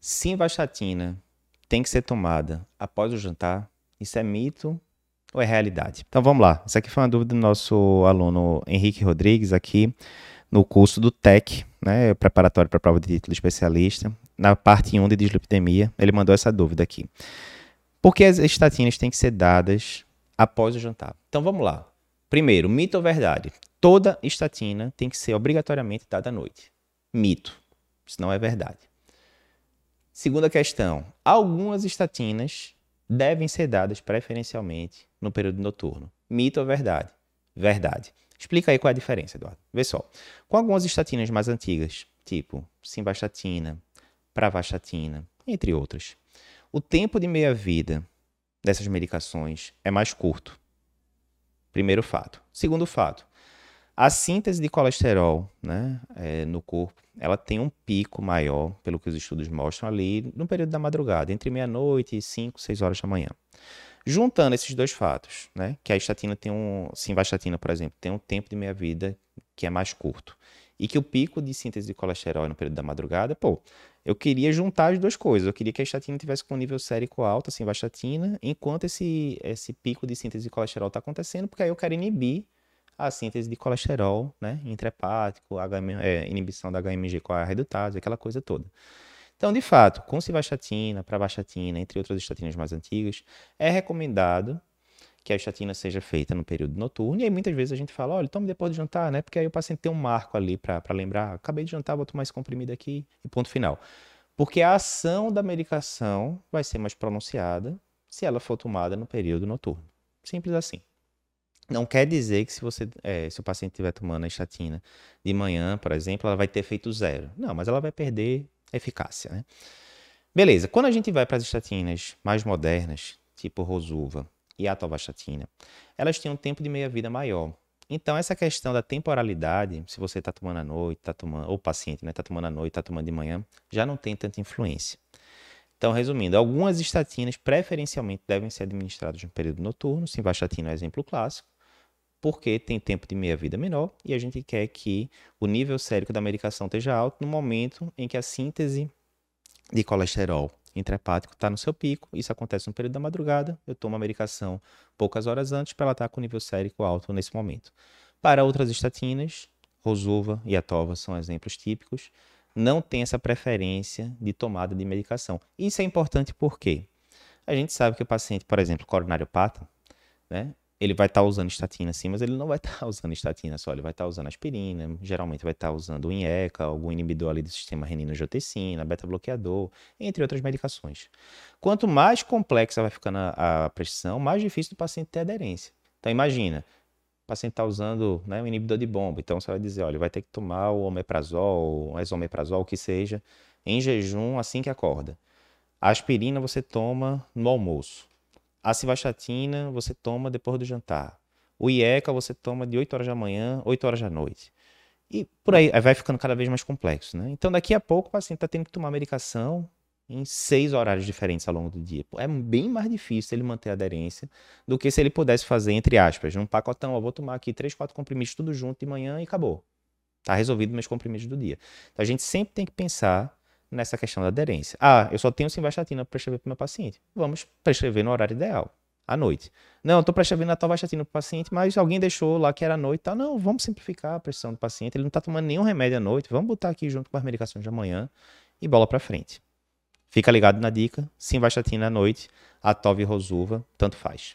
Simvastatina tem que ser tomada após o jantar? Isso é mito ou é realidade? Então vamos lá. Essa aqui foi uma dúvida do nosso aluno Henrique Rodrigues aqui no curso do TEC, né, preparatório para a prova de título especialista, na parte 1 de dislipidemia. Ele mandou essa dúvida aqui. Por que as estatinas têm que ser dadas após o jantar? Então vamos lá. Primeiro, mito ou verdade? Toda estatina tem que ser obrigatoriamente dada à noite. Mito. Isso não é verdade. Segunda questão. Algumas estatinas devem ser dadas preferencialmente no período noturno. Mito ou verdade? Verdade. Explica aí qual é a diferença, Eduardo. Vê só. Com algumas estatinas mais antigas, tipo simvastatina, pravastatina, entre outras, o tempo de meia-vida dessas medicações é mais curto. Primeiro fato. Segundo fato, a síntese de colesterol, né, no corpo, ela tem um pico maior, pelo que os estudos mostram ali, no período da madrugada, entre meia-noite e 5, 6 horas da manhã. Juntando esses dois fatos, né, que a estatina tem simvastatina, por exemplo, tem um tempo de meia-vida que é mais curto, e que o pico de síntese de colesterol é no período da madrugada, eu queria juntar as duas coisas. Eu queria que a estatina tivesse com nível sérico alto, assim, simvastatina, enquanto esse pico de síntese de colesterol está acontecendo, porque aí eu quero inibir a síntese de colesterol, né, intrahepático, inibição da HMG-CoA redutase, aquela coisa toda. Então, de fato, com simvastatina, pravastatina, entre outras estatinas mais antigas, é recomendado que a estatina seja feita no período noturno. E aí muitas vezes a gente fala, olha, tome depois de jantar, né? Porque aí o paciente tem um marco ali para lembrar, acabei de jantar, vou tomar esse comprimido aqui e ponto final. Porque a ação da medicação vai ser mais pronunciada se ela for tomada no período noturno. Simples assim. Não quer dizer que se o paciente estiver tomando a estatina de manhã, por exemplo, ela vai ter efeito zero. Não, mas ela vai perder eficácia, né? Beleza, quando a gente vai para as estatinas mais modernas, tipo Rosuva e atorvastatina, elas têm um tempo de meia-vida maior. Então, essa questão da temporalidade, se você está tomando à noite, ou o paciente está tomando à noite, está tomando de manhã, já não tem tanta influência. Então, resumindo, algumas estatinas preferencialmente devem ser administradas no período noturno, simvastatina é o exemplo clássico, porque tem tempo de meia-vida menor e a gente quer que o nível sérico da medicação esteja alto no momento em que a síntese de colesterol intrahepático está no seu pico. Isso acontece no período da madrugada. Eu tomo a medicação poucas horas antes para ela estar com o nível sérico alto nesse momento. Para outras estatinas, Rosuva e Atova são exemplos típicos, não tem essa preferência de tomada de medicação. Isso é importante porque a gente sabe que o paciente, por exemplo, coronariopata, né, ele vai estar usando estatina sim, mas ele não vai estar usando estatina só, ele vai estar usando aspirina, geralmente vai estar usando o INHECA, algum inibidor ali do sistema renina-angiotensina, beta-bloqueador, entre outras medicações. Quanto mais complexa vai ficando a prescrição, mais difícil do paciente ter aderência. Então imagina, o paciente está usando, né, um inibidor de bomba, então você vai dizer, olha, vai ter que tomar o omeprazol, o esomeprazol, o que seja, em jejum assim que acorda. A aspirina você toma no almoço. A simvastatina você toma depois do jantar. O IECA você toma de 8 horas da manhã, 8 horas da noite. E por aí vai ficando cada vez mais complexo, né? Então, daqui a pouco, o paciente está tendo que tomar medicação em 6 horários diferentes ao longo do dia. É bem mais difícil ele manter a aderência do que se ele pudesse fazer, entre aspas, num pacotão. Eu vou tomar aqui 3, 4 comprimidos tudo junto de manhã e acabou. Está resolvido meus comprimidos do dia. Então, a gente sempre tem que pensar nessa questão da aderência. Ah, eu só tenho simvastatina para prescrever para o meu paciente. Vamos prescrever no horário ideal, à noite. Não, eu estou prescrevendo a atorvastatina para o paciente, mas alguém deixou lá que era à noite. Tá? Não, vamos simplificar a pressão do paciente. Ele não está tomando nenhum remédio à noite. Vamos botar aqui junto com as medicações da manhã e bola para frente. Fica ligado na dica. Simvastatina à noite, Atova e Rosuva, tanto faz.